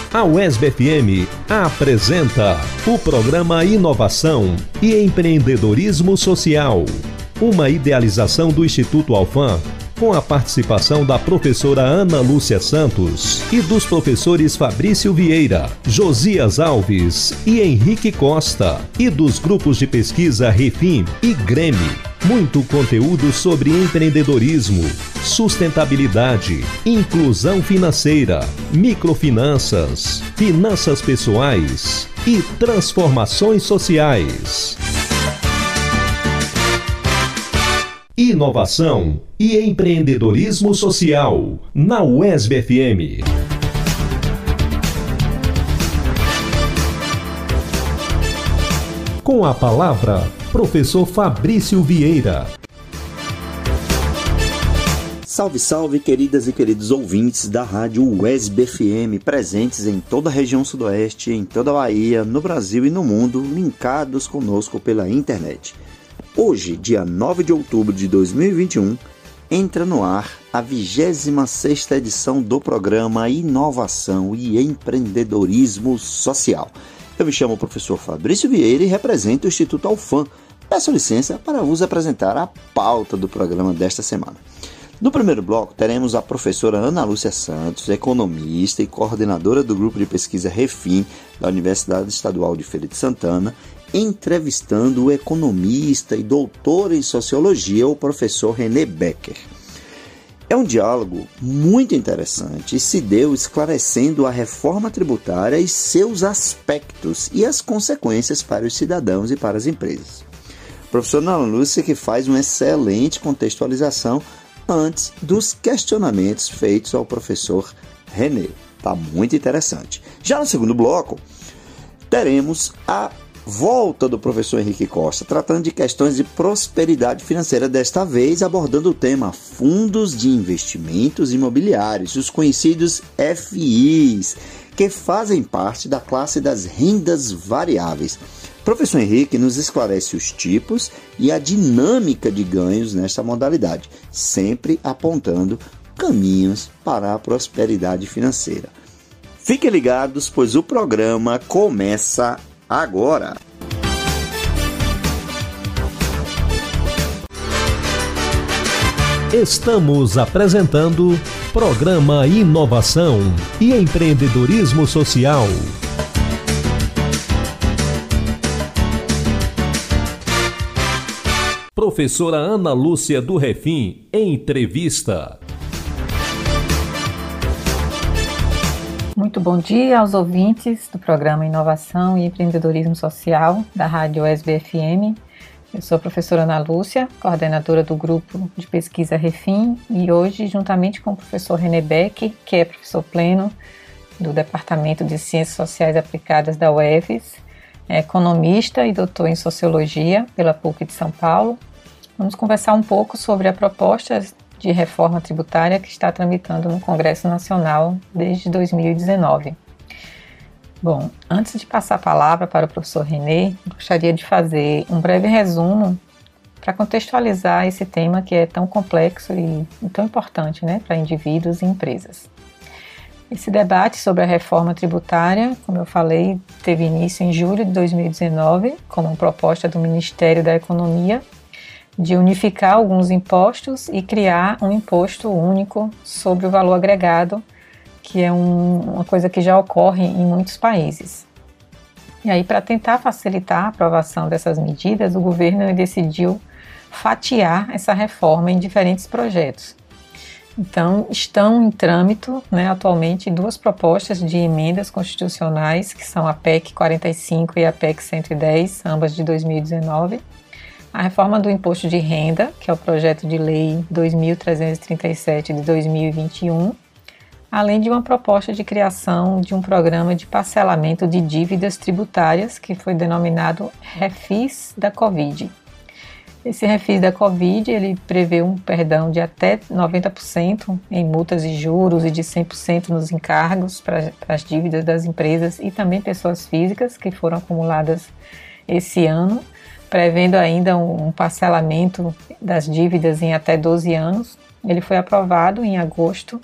A UESB-FM apresenta o programa Inovação e Empreendedorismo Social, uma idealização do Instituto Alfam, com a participação da professora Ana Lúcia Santos e dos professores Fabrício Vieira, Josias Alves e Henrique Costa, e dos grupos de pesquisa Refim e Grêmio. Muito conteúdo sobre empreendedorismo, sustentabilidade, inclusão financeira, microfinanças, finanças pessoais e transformações sociais. Inovação e empreendedorismo social na UESB-FM. Com a palavra, professor Fabrício Vieira. Salve, salve, queridas e queridos ouvintes da rádio UESB-FM, presentes em toda a região sudoeste, em toda a Bahia, no Brasil e no mundo, linkados conosco pela internet. Hoje, dia 9 de outubro de 2021, entra no ar a 26ª edição do programa Inovação e Empreendedorismo Social. Eu me chamo o professor Fabrício Vieira e represento o Instituto Alfam. Peço licença para vos apresentar a pauta do programa desta semana. No primeiro bloco, teremos a professora Ana Lúcia Santos, economista e coordenadora do grupo de pesquisa Refim da Universidade Estadual de Feira de Santana, entrevistando o economista e doutor em sociologia, o professor René Becker. É um diálogo muito interessante e se deu esclarecendo a reforma tributária e seus aspectos e as consequências para os cidadãos e para as empresas. O professor Ana Lúcia que faz uma excelente contextualização antes dos questionamentos feitos ao professor René. Está muito interessante. Já no segundo bloco, teremos a volta do professor Henrique Costa, tratando de questões de prosperidade financeira, desta vez abordando o tema fundos de investimentos imobiliários, os conhecidos FIs, que fazem parte da classe das rendas variáveis. O professor Henrique nos esclarece os tipos e a dinâmica de ganhos nesta modalidade, sempre apontando caminhos para a prosperidade financeira. Fiquem ligados, pois o programa começa agora. Estamos apresentando programa Inovação e Empreendedorismo Social. Professora Ana Lúcia do Refim, entrevista. Muito bom dia aos ouvintes do programa Inovação e Empreendedorismo Social da Rádio UESB-FM. Eu sou a professora Ana Lúcia, coordenadora do grupo de pesquisa Refim, e hoje, juntamente com o professor René Beck, que é professor pleno do Departamento de Ciências Sociais Aplicadas da UEFES, é economista e doutor em Sociologia pela PUC de São Paulo, vamos conversar um pouco sobre a proposta de reforma tributária que está tramitando no Congresso Nacional desde 2019. Bom, antes de passar a palavra para o professor René, gostaria de fazer um breve resumo para contextualizar esse tema que é tão complexo e tão importante, para indivíduos e empresas. Esse debate sobre a reforma tributária, como eu falei, teve início em julho de 2019, como uma proposta do Ministério da Economia de unificar alguns impostos e criar um imposto único sobre o valor agregado, que é uma coisa que já ocorre em muitos países. E aí, para tentar facilitar a aprovação dessas medidas, o governo decidiu fatiar essa reforma em diferentes projetos. Então, estão em trâmite, atualmente, duas propostas de emendas constitucionais, que são a PEC 45 e a PEC 110, ambas de 2019, a reforma do imposto de renda, que é o projeto de lei 2.337 de 2021, além de uma proposta de criação de um programa de parcelamento de dívidas tributárias, que foi denominado Refis da Covid. Esse Refis da Covid, ele prevê um perdão de até 90% em multas e juros e de 100% nos encargos para as dívidas das empresas e também pessoas físicas que foram acumuladas esse ano, prevendo ainda um parcelamento das dívidas em até 12 anos. Ele foi aprovado em agosto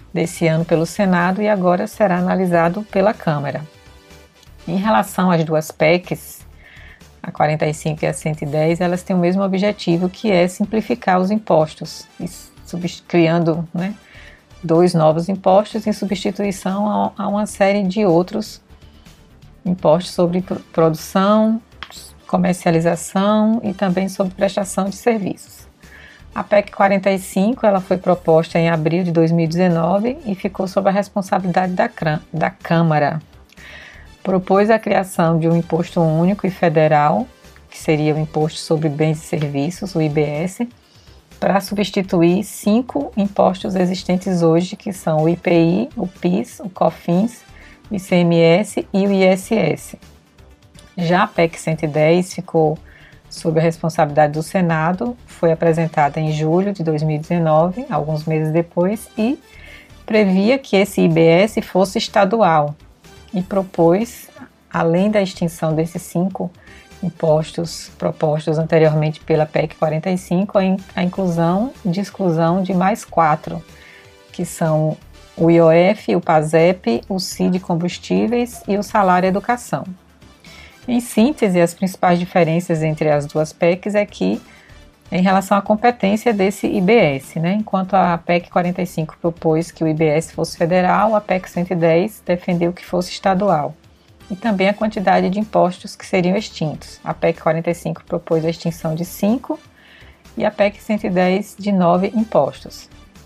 desse ano pelo Senado e agora será analisado pela Câmara. Em relação às duas PECs, a 45 e a 110, elas têm o mesmo objetivo, que é simplificar os impostos, criando, né, dois novos impostos em substituição a uma série de outros impostos sobre produção, comercialização e também sobre prestação de serviços. A PEC 45 ela foi proposta em abril de 2019 e ficou sob a responsabilidade da Câmara. Propôs a criação de um imposto único e federal, que seria o Imposto sobre Bens e Serviços, o IBS, para substituir 5 impostos existentes hoje, que são o IPI, o PIS, o COFINS, o ICMS e o ISS. Já a PEC 110 ficou sob a responsabilidade do Senado, foi apresentada em julho de 2019, alguns meses depois, e previa que esse IBS fosse estadual e propôs, além da extinção desses 5 impostos propostos anteriormente pela PEC 45, a inclusão de exclusão de mais 4, que são o IOF, o PASEP, o CID Combustíveis e o Salário Educação. Em síntese, as principais diferenças entre as duas PECs é que, em relação à competência desse IBS, né? Enquanto a PEC 45 propôs que o IBS fosse federal, a PEC 110 defendeu que fosse estadual. E também a quantidade de impostos que seriam extintos. A PEC 45 propôs a extinção de 5 e a PEC 110 de 9 impostos.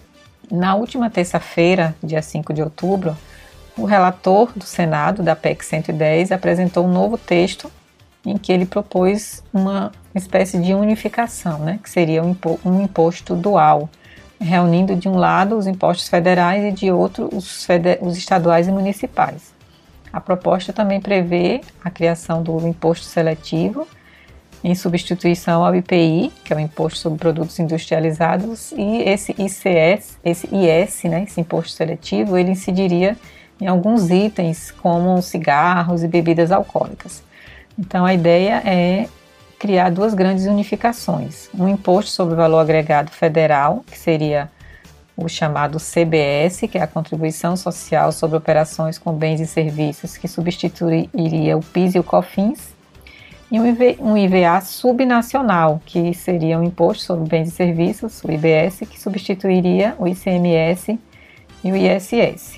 Na última terça-feira, dia 5 de outubro, o relator do Senado da PEC 110 apresentou um novo texto em que ele propôs uma espécie de unificação, né, que seria um imposto dual, reunindo de um lado os impostos federais e de outro os estaduais e municipais. A proposta também prevê a criação do imposto seletivo em substituição ao IPI, que é o Imposto sobre Produtos Industrializados, e esse ICS, esse IS, né, esse imposto seletivo, ele incidiria em alguns itens como cigarros e bebidas alcoólicas. Então a ideia é criar duas grandes unificações, um imposto sobre o valor agregado federal, que seria o chamado CBS, que é a Contribuição Social sobre Operações com Bens e Serviços, que substituiria o PIS e o COFINS, e um IVA subnacional, que seria um Imposto sobre Bens e Serviços, o IBS, que substituiria o ICMS e o ISS.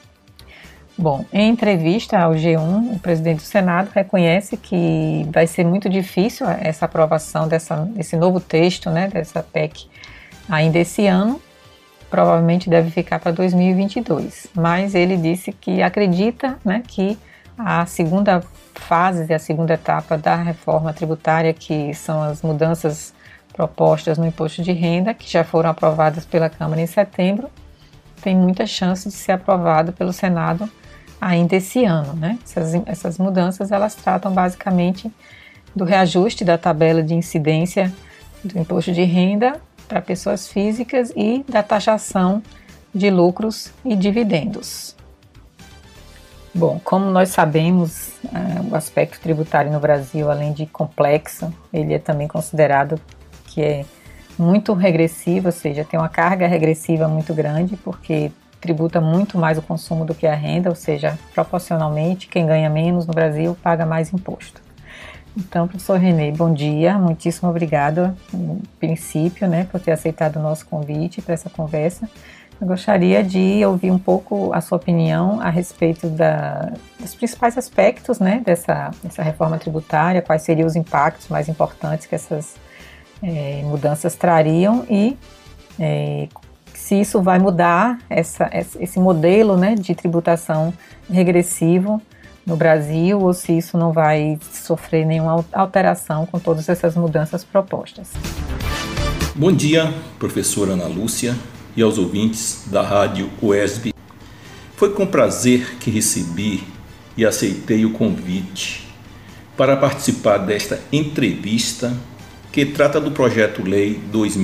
Bom, em entrevista ao G1, o presidente do Senado reconhece que vai ser muito difícil essa aprovação desse novo texto, né, dessa PEC ainda esse ano, provavelmente deve ficar para 2022, mas ele disse que acredita, né, que a segunda fase e a segunda etapa da reforma tributária, que são as mudanças propostas no imposto de renda, que já foram aprovadas pela Câmara em setembro, tem muita chance de ser aprovado pelo Senado ainda esse ano, né? Essas mudanças, elas tratam basicamente do reajuste da tabela de incidência do imposto de renda para pessoas físicas e da taxação de lucros e dividendos. Bom, como nós sabemos, o aspecto tributário no Brasil, além de complexo, ele é também considerado que é muito regressivo, ou seja, tem uma carga regressiva muito grande, porque tributa muito mais o consumo do que a renda, ou seja, proporcionalmente, quem ganha menos no Brasil paga mais imposto. Então, professor René, bom dia, muitíssimo obrigada, no princípio, né, por ter aceitado o nosso convite para essa conversa. Eu gostaria de ouvir um pouco a sua opinião a respeito dos principais aspectos, né, dessa reforma tributária, quais seriam os impactos mais importantes que essas mudanças trariam e se isso vai mudar esse modelo, né, de tributação regressivo no Brasil ou se isso não vai sofrer nenhuma alteração com todas essas mudanças propostas. Bom dia, professora Ana Lúcia e aos ouvintes da Rádio UESB. Foi com prazer que recebi e aceitei o convite para participar desta entrevista que trata do Projeto-Lei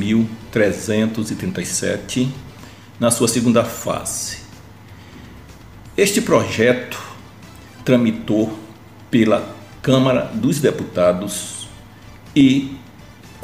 2337, na sua segunda fase. Este projeto tramitou pela Câmara dos Deputados e,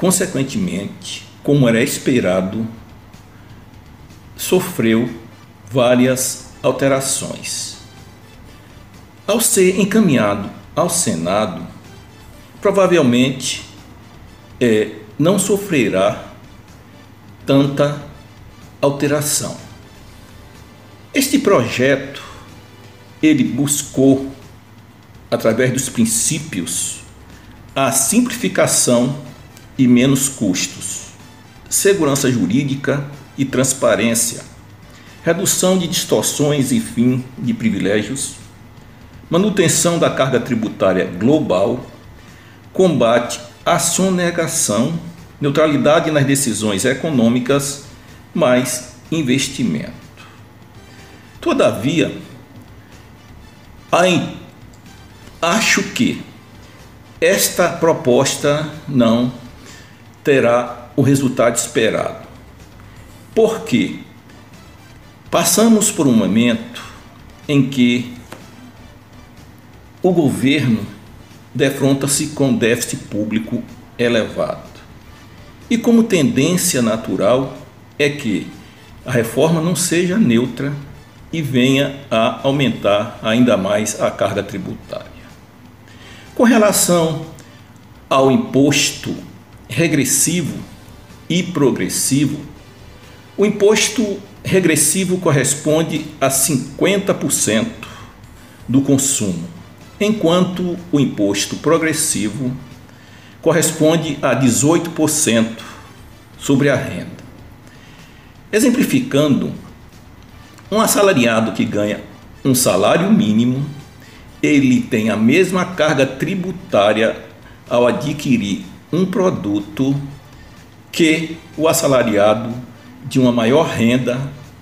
consequentemente, como era esperado, sofreu várias alterações. Ao ser encaminhado ao Senado, provavelmente não sofrerá tanta alteração. Este projeto, ele buscou, através dos princípios, a simplificação e menos custos, segurança jurídica e transparência, redução de distorções e fim de privilégios, manutenção da carga tributária global, combate à sonegação, neutralidade nas decisões econômicas, mais investimento. Todavia, acho que esta proposta não terá o resultado esperado. Porque passamos por um momento em que o governo defronta-se com déficit público elevado. E como tendência natural é que a reforma não seja neutra e venha a aumentar ainda mais a carga tributária. Com relação ao imposto regressivo e progressivo, o imposto regressivo corresponde a 50% do consumo, enquanto o imposto progressivo corresponde a 18% sobre a renda. Exemplificando, um assalariado que ganha um salário mínimo, ele tem a mesma carga tributária ao adquirir um produto que o assalariado de uma maior renda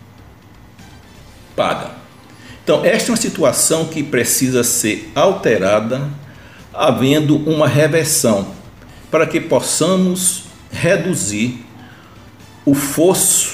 paga. Então, esta é uma situação que precisa ser alterada, havendo uma reversão, para que possamos reduzir o fosso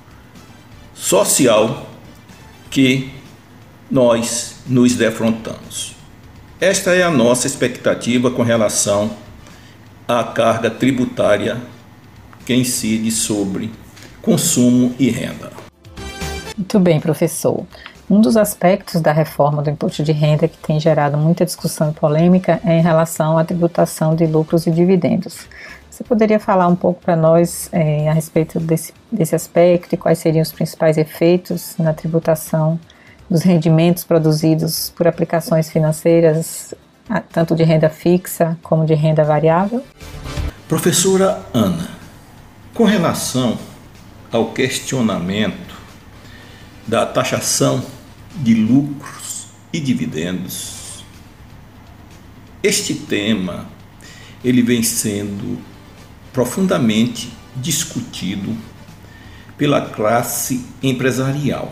social que nós nos defrontamos. Esta é a nossa expectativa com relação à carga tributária que incide sobre consumo e renda. Muito bem, professor. Um dos aspectos da reforma do imposto de renda que tem gerado muita discussão e polêmica é em relação à tributação de lucros e dividendos. Você poderia falar um pouco para nós a respeito desse aspecto e quais seriam os principais efeitos na tributação dos rendimentos produzidos por aplicações financeiras, tanto de renda fixa como de renda variável? Professora Ana, com relação ao questionamento da taxação de lucros e dividendos, este tema ele vem sendo profundamente discutido pela classe empresarial.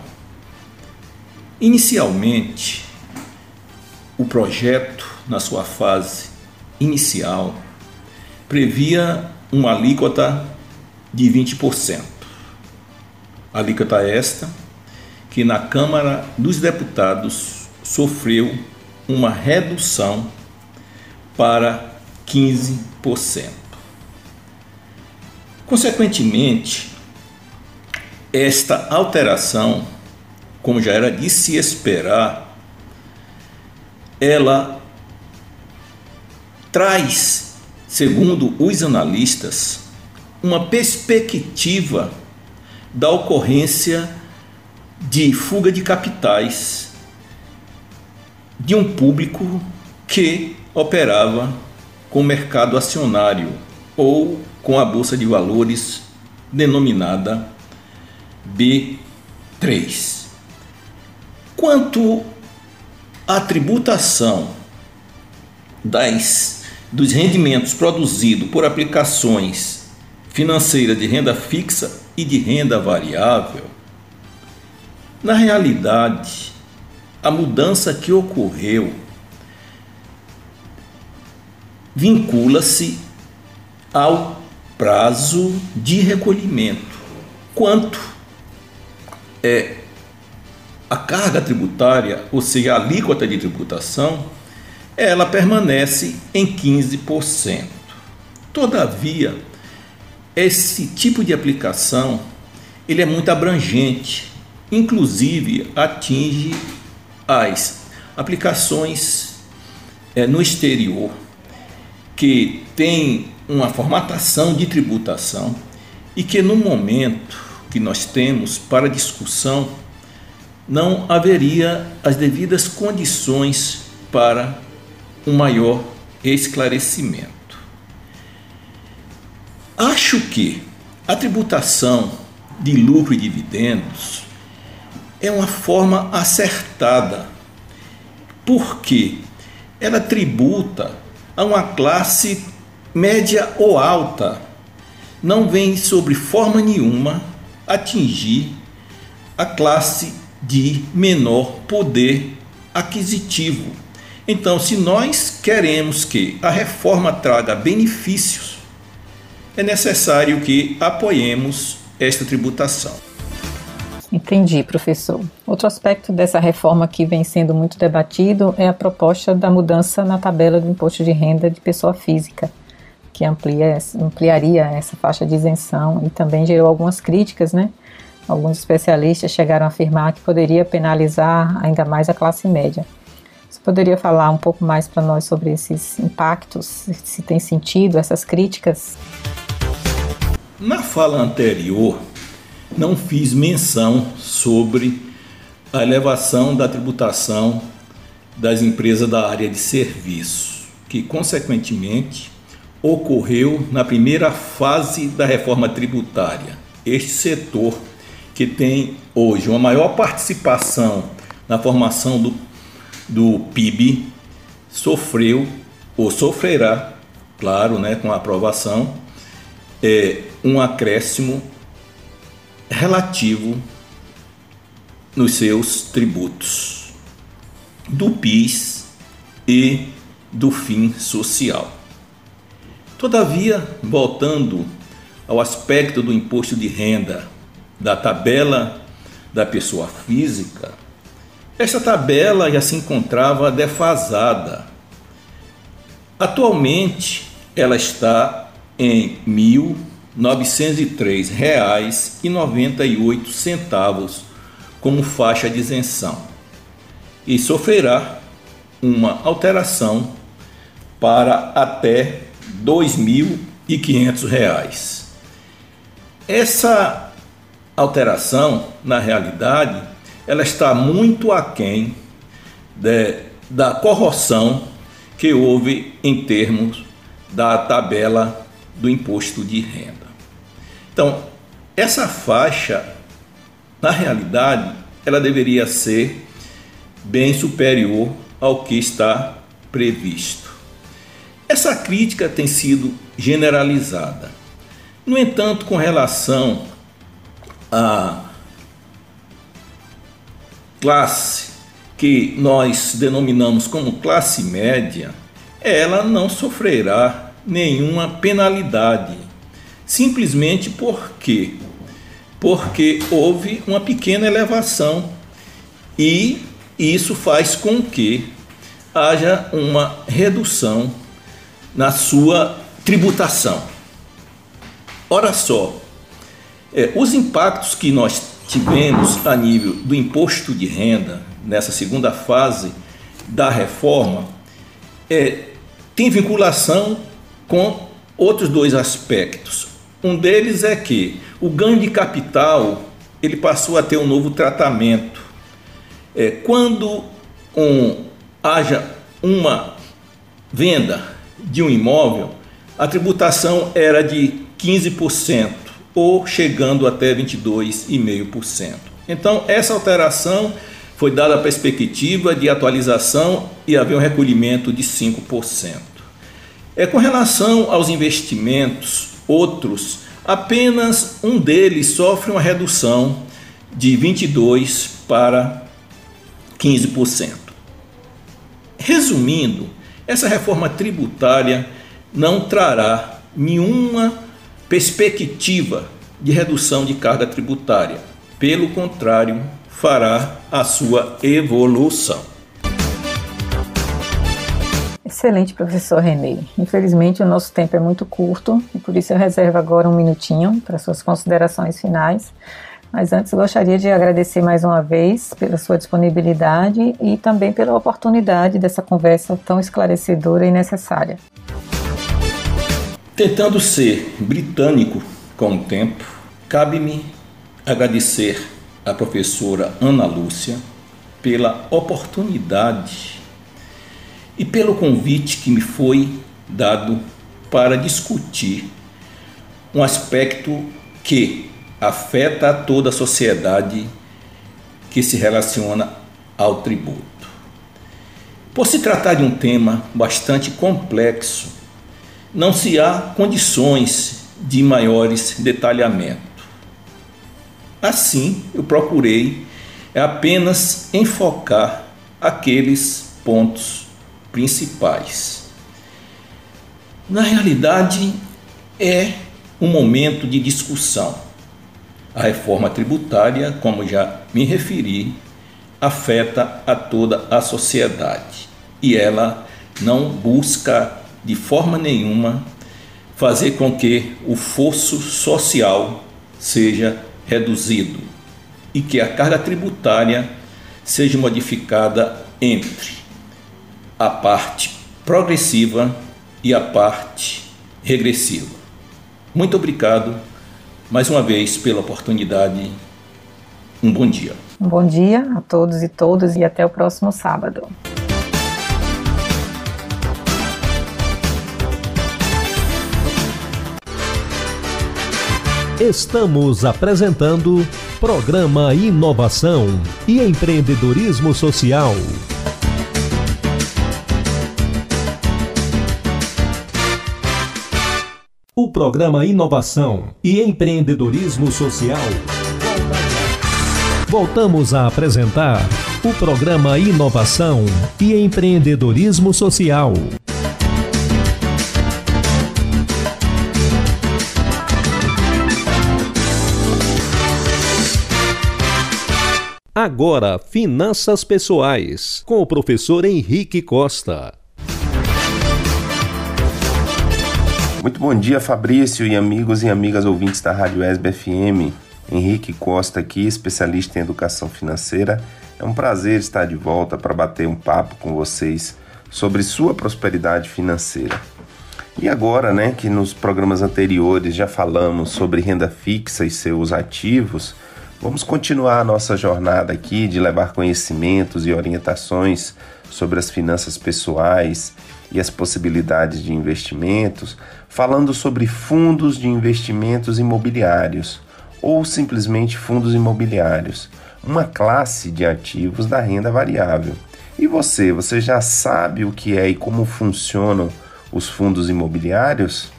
Inicialmente, o projeto, na sua fase inicial, previa uma alíquota de 20%. Alíquota esta que na Câmara dos Deputados sofreu uma redução para 15%. Consequentemente, esta alteração, como já era de se esperar, ela traz, segundo os analistas, uma perspectiva da ocorrência de fuga de capitais de um público que operava com o mercado acionário ou com a Bolsa de Valores denominada B3. Quanto à tributação dos rendimentos produzidos por aplicações financeiras de renda fixa e de renda variável, na realidade, a mudança que ocorreu vincula-se ao prazo de recolhimento. Quanto a carga tributária, ou seja, a alíquota de tributação, ela permanece em 15%. Todavia, esse tipo de aplicação ele é muito abrangente inclusive atinge as aplicações no exterior, que tem uma formatação de tributação e que no momento que nós temos para discussão não haveria as devidas condições para um maior esclarecimento. Acho que a tributação de lucro e dividendos é uma forma acertada, porque ela tributa a uma classe média ou alta, não vem sobre forma nenhuma atingir a classe de menor poder aquisitivo. Então, se nós queremos que a reforma traga benefícios, é necessário que apoiemos esta tributação. Entendi, professor. Outro aspecto dessa reforma que vem sendo muito debatido é a proposta da mudança na tabela do imposto de renda de pessoa física, que ampliaria essa faixa de isenção e também gerou algumas críticas, né? Alguns especialistas chegaram a afirmar que poderia penalizar ainda mais a classe média. Você poderia falar um pouco mais para nós sobre esses impactos, se tem sentido essas críticas? Na fala anterior, não fiz menção sobre a elevação da tributação das empresas da área de serviço, que consequentemente ocorreu na primeira fase da reforma tributária. Este setor, que tem hoje uma maior participação na formação do PIB, sofreu ou sofrerá, claro, com a aprovação, um acréscimo relativo nos seus tributos do PIS e do FIM social. Todavia, voltando ao aspecto do imposto de renda da tabela da pessoa física, esta tabela já se encontrava defasada. Atualmente, ela está em R$ 1.903,98 como faixa de isenção e sofrerá uma alteração para até R$ 2.500. Essa alteração, na realidade, ela está muito aquém da correção que houve em termos da tabela do imposto de renda. Então, essa faixa, na realidade, ela deveria ser bem superior ao que está previsto. Essa crítica tem sido generalizada. No entanto, com relação à classe que nós denominamos como classe média, ela não sofrerá nenhuma penalidade, simplesmente porque houve uma pequena elevação e isso faz com que haja uma redução na sua tributação. Ora só, os impactos que nós tivemos a nível do imposto de renda nessa segunda fase da reforma tem vinculação com outros dois aspectos. Um deles é que o ganho de capital ele passou a ter um novo tratamento. Quando haja uma venda de um imóvel, a tributação era de 15% ou chegando até 22,5%. Então, essa alteração foi dada a perspectiva de atualização e haver um recolhimento de 5%. Com relação aos investimentos, outros, apenas um deles sofre uma redução de 22% para 15%. Resumindo, essa reforma tributária não trará nenhuma perspectiva de redução de carga tributária. Pelo contrário, fará a sua evolução. Excelente, professor Renê. Infelizmente, o nosso tempo é muito curto e por isso eu reservo agora um minutinho para suas considerações finais. Mas antes gostaria de agradecer mais uma vez pela sua disponibilidade e também pela oportunidade dessa conversa tão esclarecedora e necessária. Tentando ser britânico com o tempo, cabe-me agradecer à professora Ana Lúcia pela oportunidade e pelo convite que me foi dado para discutir um aspecto que afeta a toda a sociedade que se relaciona ao tributo. Por se tratar de um tema bastante complexo, não se há condições de maiores detalhamento. Assim, eu procurei apenas enfocar aqueles pontos principais. Na realidade, é um momento de discussão. A reforma tributária, como já me referi, afeta a toda a sociedade e ela não busca de forma nenhuma fazer com que o fosso social seja reduzido e que a carga tributária seja modificada entre a parte progressiva e a parte regressiva. Muito obrigado mais uma vez pela oportunidade. Um bom dia. Um bom dia a todos e todas e até o próximo sábado. Estamos apresentando Programa Inovação e Empreendedorismo Social. O programa Inovação e Empreendedorismo Social. Voltamos a apresentar o programa Inovação e Empreendedorismo Social. Agora, Finanças Pessoais, com o professor Henrique Costa. Muito bom dia, Fabrício e amigos e amigas ouvintes da Rádio ESB-FM. Henrique Costa aqui, especialista em educação financeira. É um prazer estar de volta para bater um papo com vocês sobre sua prosperidade financeira. E agora, que nos programas anteriores já falamos sobre renda fixa e seus ativos, vamos continuar a nossa jornada aqui de levar conhecimentos e orientações sobre as finanças pessoais e as possibilidades de investimentos, falando sobre fundos de investimentos imobiliários ou simplesmente fundos imobiliários, uma classe de ativos da renda variável. E você já sabe o que é e como funcionam os fundos imobiliários?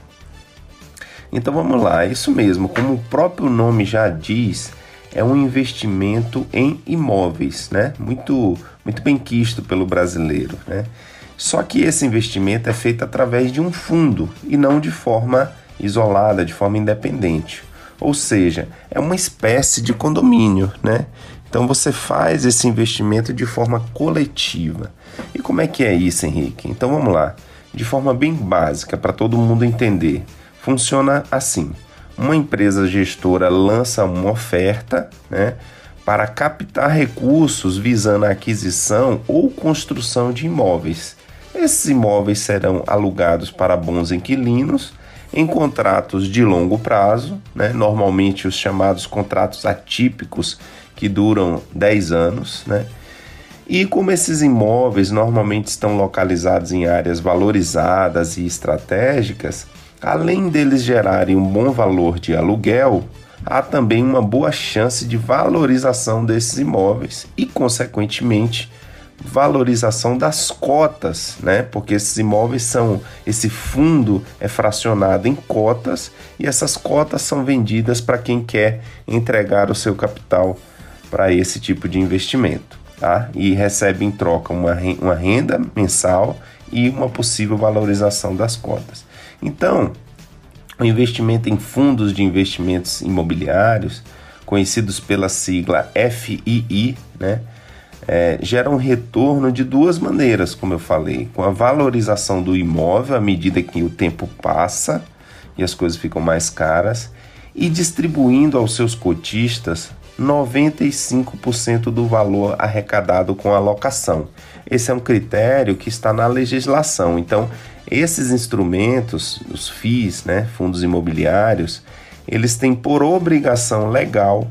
Então vamos lá, é isso mesmo, como o próprio nome já diz, é um investimento em imóveis, muito bem quisto pelo brasileiro, Só que esse investimento é feito através de um fundo e não de forma isolada, de forma independente. Ou seja, é uma espécie de condomínio, Então você faz esse investimento de forma coletiva. E como é que é isso, Henrique? Então vamos lá, de forma bem básica para todo mundo entender. Funciona assim: uma empresa gestora lança uma oferta, para captar recursos visando a aquisição ou construção de imóveis. Esses imóveis serão alugados para bons inquilinos em contratos de longo prazo, normalmente os chamados contratos atípicos que duram 10 anos. E como esses imóveis normalmente estão localizados em áreas valorizadas e estratégicas, além deles gerarem um bom valor de aluguel, há também uma boa chance de valorização desses imóveis e, consequentemente, valorização das cotas, porque esses imóveis esse fundo é fracionado em cotas e essas cotas são vendidas para quem quer entregar o seu capital para esse tipo de investimento, E recebe em troca uma renda mensal e uma possível valorização das cotas. Então, o investimento em fundos de investimentos imobiliários, conhecidos pela sigla FII, gera um retorno de duas maneiras, como eu falei, com a valorização do imóvel à medida que o tempo passa e as coisas ficam mais caras, e distribuindo aos seus cotistas 95% do valor arrecadado com a locação. Esse é um critério que está na legislação. Então, esses instrumentos, os FIIs, né, fundos imobiliários, eles têm por obrigação legal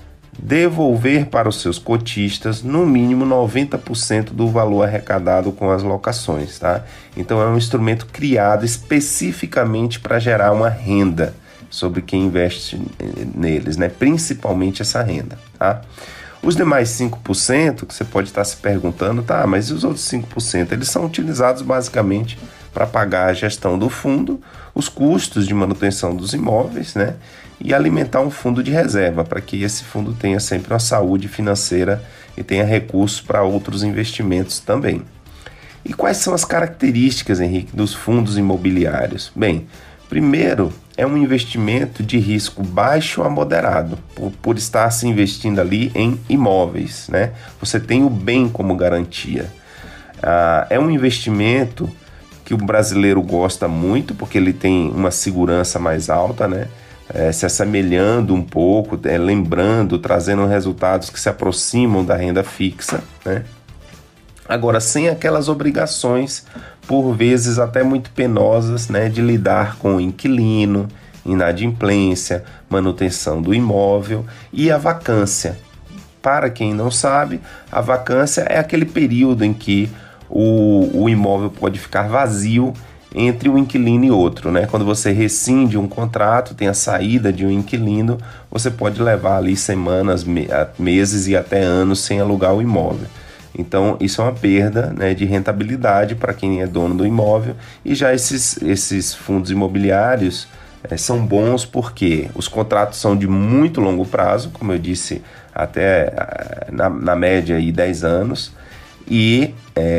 devolver para os seus cotistas no mínimo 90% do valor arrecadado com as locações, tá? Então é um instrumento criado especificamente para gerar uma renda sobre quem investe neles, né? Principalmente essa renda, tá? Os demais 5% que você pode estar se perguntando, tá, mas e os outros 5%? Eles são utilizados basicamente para pagar a gestão do fundo, os custos de manutenção dos imóveis, né? E alimentar um fundo de reserva, para que esse fundo tenha sempre uma saúde financeira e tenha recursos para outros investimentos também. E quais são as características, Henrique, dos fundos imobiliários? Bem, primeiro, é um investimento de risco baixo a moderado, por estar se investindo ali em imóveis, né? Você tem o bem como garantia. É um investimento que o brasileiro gosta muito, porque ele tem uma segurança mais alta, né? Se assemelhando um pouco, lembrando, trazendo resultados que se aproximam da renda fixa, né? Agora, sem aquelas obrigações, por vezes até muito penosas, né, de lidar com o inquilino, inadimplência, manutenção do imóvel e a vacância. Para quem não sabe, a vacância é aquele período em que o imóvel pode ficar vazio entre um inquilino e outro, né? Quando você rescinde um contrato, tem a saída de um inquilino, você pode levar ali semanas, meses e até anos sem alugar o imóvel. Então, isso é uma perda, né, de rentabilidade para quem é dono do imóvel. E já esses fundos imobiliários são bons porque os contratos são de muito longo prazo, como eu disse, até na média aí 10 anos. E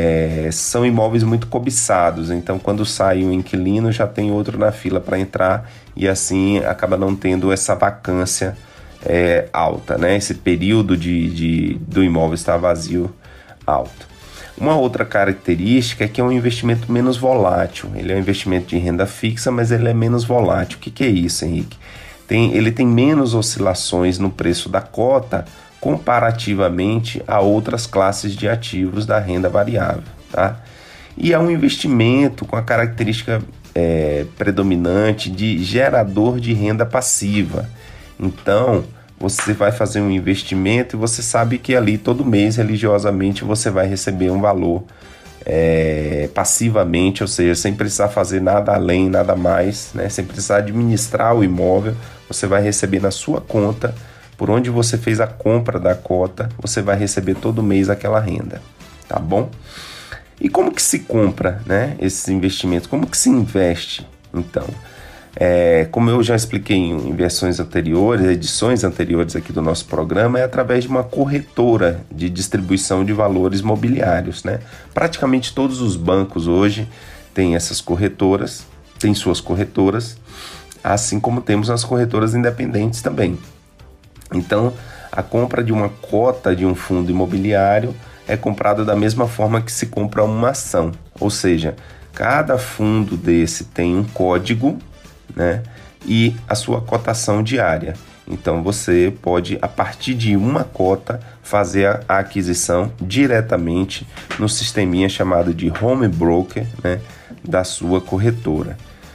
são imóveis muito cobiçados, então quando sai um inquilino já tem outro na fila para entrar e assim acaba não tendo essa vacância alta, né? Esse período do imóvel estar vazio alto. Uma outra característica é que é um investimento menos volátil. Ele é um investimento de renda fixa, mas ele é menos volátil. O que é isso, Henrique? Ele tem menos oscilações no preço da cota comparativamente a outras classes de ativos da renda variável, tá? E é um investimento com a característica predominante de gerador de renda passiva. Então, você vai fazer um investimento e você sabe que ali todo mês, religiosamente, você vai receber um valor passivamente, ou seja, sem precisar fazer nada além, nada mais, né? Sem precisar administrar o imóvel, você vai receber na sua conta. Por onde você fez a compra da cota, você vai receber todo mês aquela renda, tá bom? E como que se compra, né, esses investimentos? Como que se investe, então? Como eu já expliquei em versões anteriores, edições anteriores aqui do nosso programa, é através de uma corretora de distribuição de valores mobiliários, né? Praticamente todos os bancos hoje têm essas corretoras, têm suas corretoras, assim como temos as corretoras independentes também. Então, a compra de uma cota de um fundo imobiliário é comprada da mesma forma que se compra uma ação. Ou seja, cada fundo desse tem um código, né, e a sua cotação diária. Então, você pode, a partir de uma cota, fazer a aquisição diretamente no sisteminha chamado de home broker, né, da sua corretora.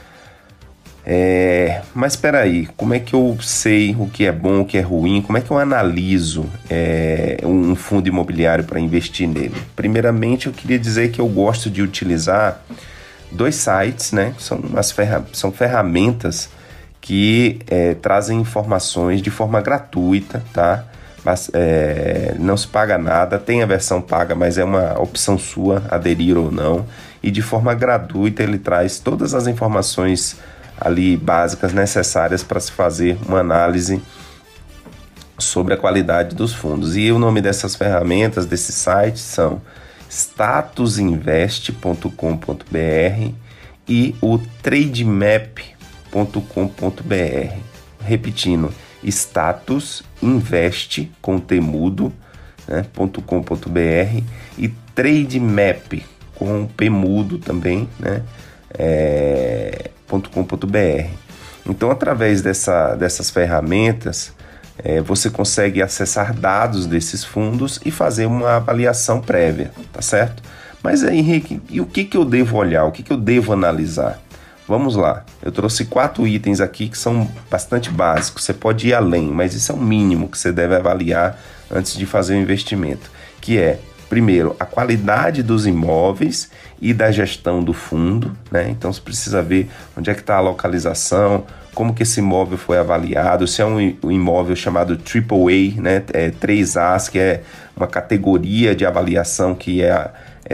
Mas espera aí, como é que eu sei o que é bom, o que é ruim? Como é que eu analiso um fundo imobiliário para investir nele? Primeiramente, eu queria dizer que eu gosto de utilizar dois sites, né? São ferramentas que trazem informações de forma gratuita, tá? Mas não se paga nada, tem a versão paga, mas é uma opção sua aderir ou não. E de forma gratuita ele traz todas as informações ali básicas necessárias para se fazer uma análise sobre a qualidade dos fundos. E o nome dessas ferramentas, desses sites, são statusinvest.com.br e o trademap.com.br. Repetindo, statusinvest com temudo, né, .com.br e trademap com p mudo também, né, .com.br. Então, através dessas ferramentas, você consegue acessar dados desses fundos e fazer uma avaliação prévia, tá certo? Mas aí, Henrique, e o que eu devo olhar? O que eu devo analisar? Vamos lá, eu trouxe 4 itens aqui que são bastante básicos, você pode ir além, mas isso é o mínimo que você deve avaliar antes de fazer o investimento, que é, primeiro, a qualidade dos imóveis e da gestão do fundo, né? Então você precisa ver onde é que está a localização, como que esse imóvel foi avaliado, se é um imóvel chamado AAA, né? 3As, que é uma categoria de avaliação que é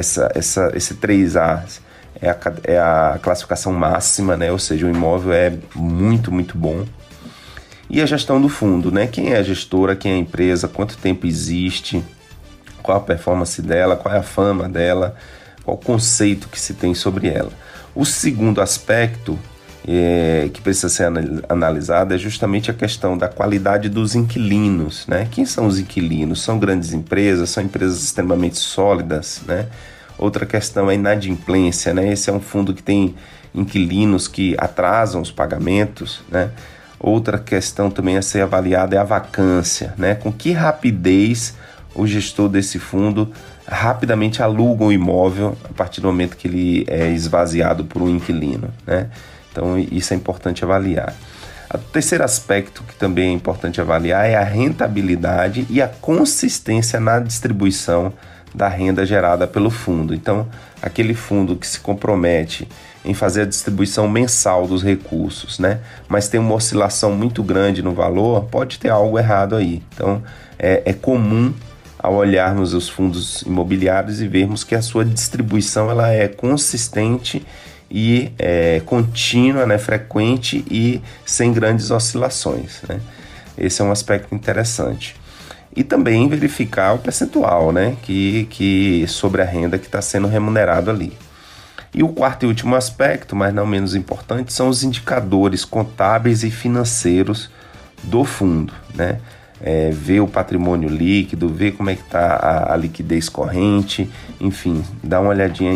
esse 3As. É a classificação máxima, né? Ou seja, o imóvel é muito, muito bom. E a gestão do fundo, né? Quem é a gestora, quem é a empresa, quanto tempo existe, qual a performance dela, qual é a fama dela, qual o conceito que se tem sobre ela. O segundo aspecto que precisa ser analisado é justamente a questão da qualidade dos inquilinos, né? Quem são os inquilinos? São grandes empresas, são empresas extremamente sólidas, né? Outra questão é a inadimplência, né? Esse é um fundo que tem inquilinos que atrasam os pagamentos, né? Outra questão também a ser avaliada é a vacância, né? Com que rapidez o gestor desse fundo rapidamente aluga o imóvel a partir do momento que ele é esvaziado por um inquilino, né? Então isso é importante avaliar. O terceiro aspecto que também é importante avaliar é a rentabilidade e a consistência na distribuição da renda gerada pelo fundo. Então, aquele fundo que se compromete em fazer a distribuição mensal dos recursos, né? Mas tem uma oscilação muito grande no valor, pode ter algo errado aí. Então, é comum ao olharmos os fundos imobiliários e vermos que a sua distribuição ela é consistente e contínua, né? Frequente e sem grandes oscilações, né? Esse é um aspecto interessante. E também verificar o percentual, né, que sobre a renda que está sendo remunerado ali. E o quarto e último aspecto, mas não menos importante, são os indicadores contábeis e financeiros do fundo, né? Ver o patrimônio líquido, ver como é que está a liquidez corrente, enfim, dar uma olhadinha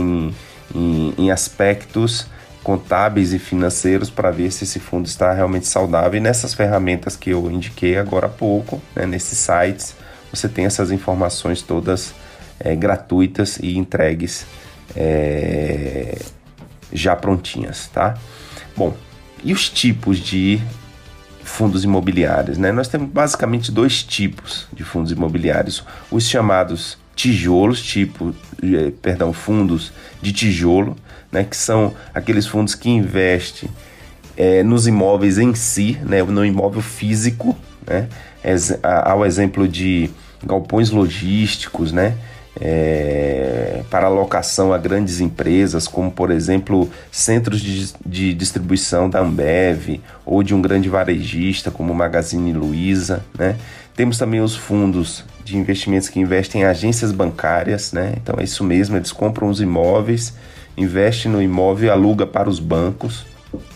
em aspectos contábeis e financeiros para ver se esse fundo está realmente saudável. E nessas ferramentas que eu indiquei agora há pouco, né, nesses sites, você tem essas informações todas gratuitas e entregues já prontinhas, tá? Bom, e os tipos de fundos imobiliários, né? Nós temos basicamente 2 tipos de fundos imobiliários, os chamados tijolos, fundos de tijolo, né, que são aqueles fundos que investem nos imóveis em si, né, no imóvel físico, né, ao exemplo de galpões logísticos, né, para alocação a grandes empresas, como por exemplo centros de distribuição da Ambev ou de um grande varejista como o Magazine Luiza, né. Temos também os fundos de investimentos que investem em agências bancárias, né? Então é isso mesmo, eles compram os imóveis, investem no imóvel e alugam para os bancos.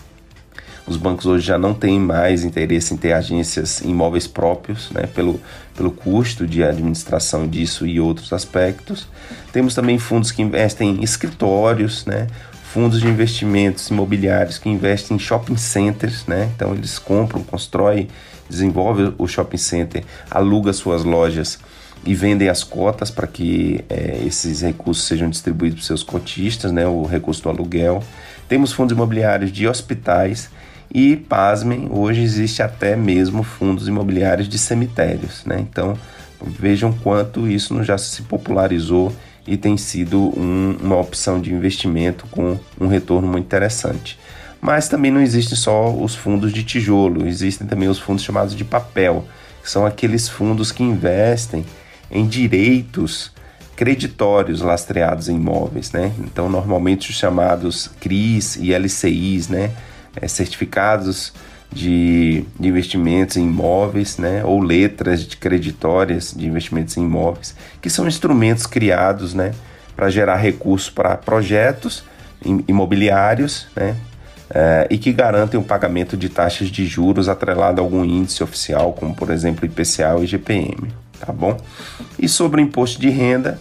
Os bancos hoje já não têm mais interesse em ter agências imóveis próprios, né? Pelo custo de administração disso e outros aspectos. Temos também fundos que investem em escritórios, né? Fundos de investimentos imobiliários que investem em shopping centers, né? Então eles compram, constroem, desenvolvem o shopping center, alugam suas lojas e vendem as cotas para que esses recursos sejam distribuídos para seus cotistas, né? O recurso do aluguel. Temos fundos imobiliários de hospitais e, pasmem, hoje existe até mesmo fundos imobiliários de cemitérios, né? Então vejam quanto isso já se popularizou e tem sido uma opção de investimento com um retorno muito interessante. Mas também não existem só os fundos de tijolo, existem também os fundos chamados de papel, que são aqueles fundos que investem em direitos creditórios lastreados em imóveis, né? Então, normalmente os chamados CRIs e LCIs, né? Certificados de investimentos em imóveis, né? Ou letras de creditórias de investimentos em imóveis, que são instrumentos criados, né? Para gerar recursos para projetos imobiliários, né? E que garantem o pagamento de taxas de juros atrelado a algum índice oficial, como por exemplo IPCA ou IGPM, tá bom? E sobre o imposto de renda,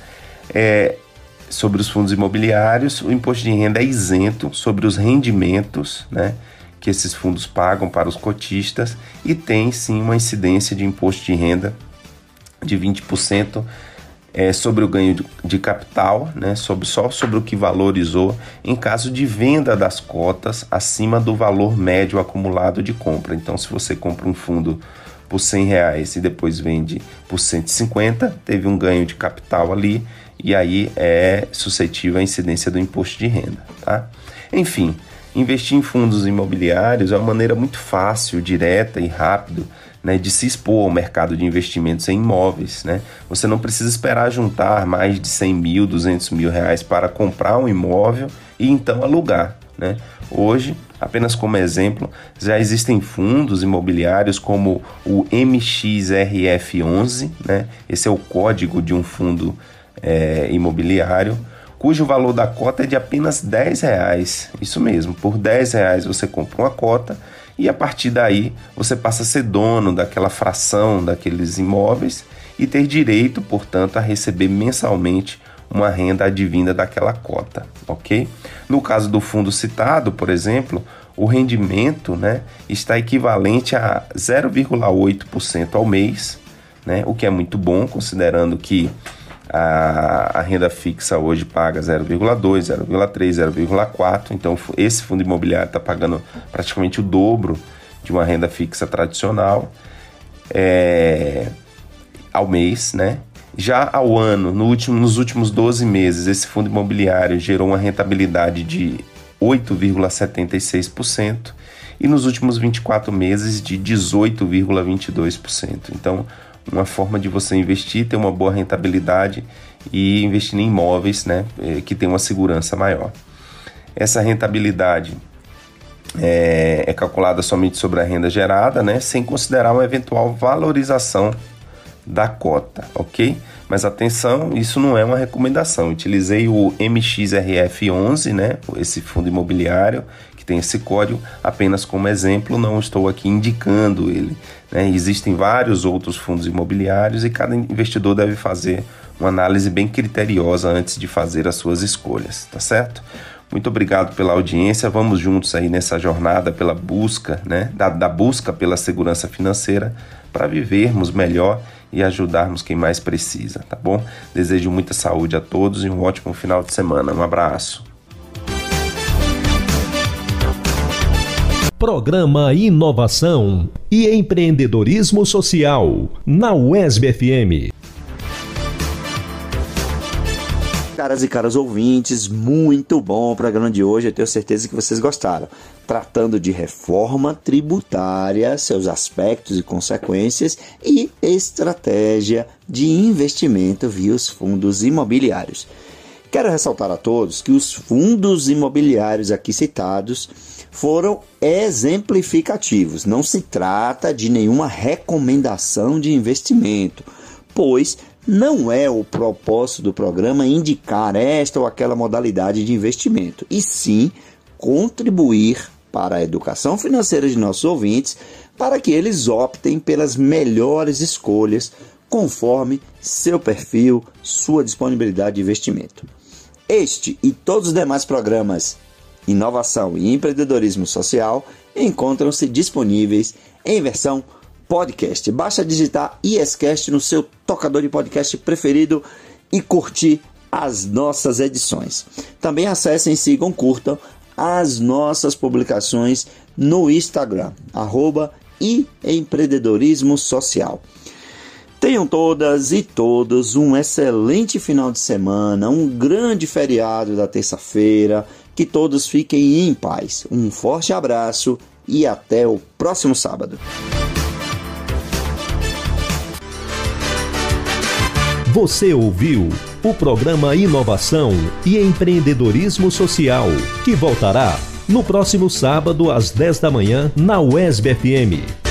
sobre os fundos imobiliários, o imposto de renda é isento sobre os rendimentos, né, que esses fundos pagam para os cotistas e tem sim uma incidência de imposto de renda de 20% sobre o ganho de capital, né, só sobre o que valorizou em caso de venda das cotas acima do valor médio acumulado de compra. Então, se você compra um fundo por R$100 e depois vende por 150, teve um ganho de capital ali e aí é suscetível à incidência do imposto de renda, tá? Enfim, investir em fundos imobiliários é uma maneira muito fácil, direta e rápida, né, de se expor ao mercado de investimentos em imóveis, né? Você não precisa esperar juntar mais de 100 mil, 200 mil reais para comprar um imóvel e então alugar, né? Hoje, apenas como exemplo, já existem fundos imobiliários como o MXRF11, né? Esse é o código de um fundo imobiliário, cujo valor da cota é de apenas R$10. Isso mesmo, por R$10 você compra uma cota e a partir daí você passa a ser dono daquela fração daqueles imóveis e ter direito, portanto, a receber mensalmente uma renda advinda daquela cota, ok? No caso do fundo citado, por exemplo, o rendimento, né, está equivalente a 0,8% ao mês, né, o que é muito bom, considerando que a renda fixa hoje paga 0,2, 0,3, 0,4, então esse fundo imobiliário está pagando praticamente o dobro de uma renda fixa tradicional ao mês, né? Já ao ano, nos últimos 12 meses, esse fundo imobiliário gerou uma rentabilidade de 8,76% e nos últimos 24 meses de 18,22%. Então, uma forma de você investir, ter uma boa rentabilidade e investir em imóveis, né, que tem uma segurança maior. Essa rentabilidade é calculada somente sobre a renda gerada, né, sem considerar uma eventual valorização da cota, ok? Mas atenção, isso não é uma recomendação. Utilizei o MXRF11, né, esse fundo imobiliário que tem esse código, apenas como exemplo, não estou aqui indicando ele, né? Existem vários outros fundos imobiliários e cada investidor deve fazer uma análise bem criteriosa antes de fazer as suas escolhas, tá certo? Muito obrigado pela audiência, vamos juntos aí nessa jornada pela busca, né, da busca pela segurança financeira para vivermos melhor e ajudarmos quem mais precisa, tá bom? Desejo muita saúde a todos e um ótimo final de semana. Um abraço. Programa Inovação e Empreendedorismo Social, na UESB-FM. Caras e caros ouvintes, muito bom o programa de hoje, eu tenho certeza que vocês gostaram. Tratando de reforma tributária, seus aspectos e consequências e estratégia de investimento via os fundos imobiliários. Quero ressaltar a todos que os fundos imobiliários aqui citados foram exemplificativos. Não se trata de nenhuma recomendação de investimento, pois não é o propósito do programa indicar esta ou aquela modalidade de investimento, e sim contribuir para a educação financeira de nossos ouvintes, para que eles optem pelas melhores escolhas conforme seu perfil, sua disponibilidade de investimento. Este e todos os demais programas Inovação e Empreendedorismo Social encontram-se disponíveis em versão podcast. Basta digitar ISCast no seu tocador de podcast preferido e curtir as nossas edições. Também acessem, sigam, curtam as nossas publicações no Instagram, @empreendedorismo social. Tenham todas e todos um excelente final de semana, um grande feriado da terça-feira, que todos fiquem em paz. Um forte abraço e até o próximo sábado. Você ouviu o programa Inovação e Empreendedorismo Social, que voltará no próximo sábado às 10 da manhã na UESB-FM.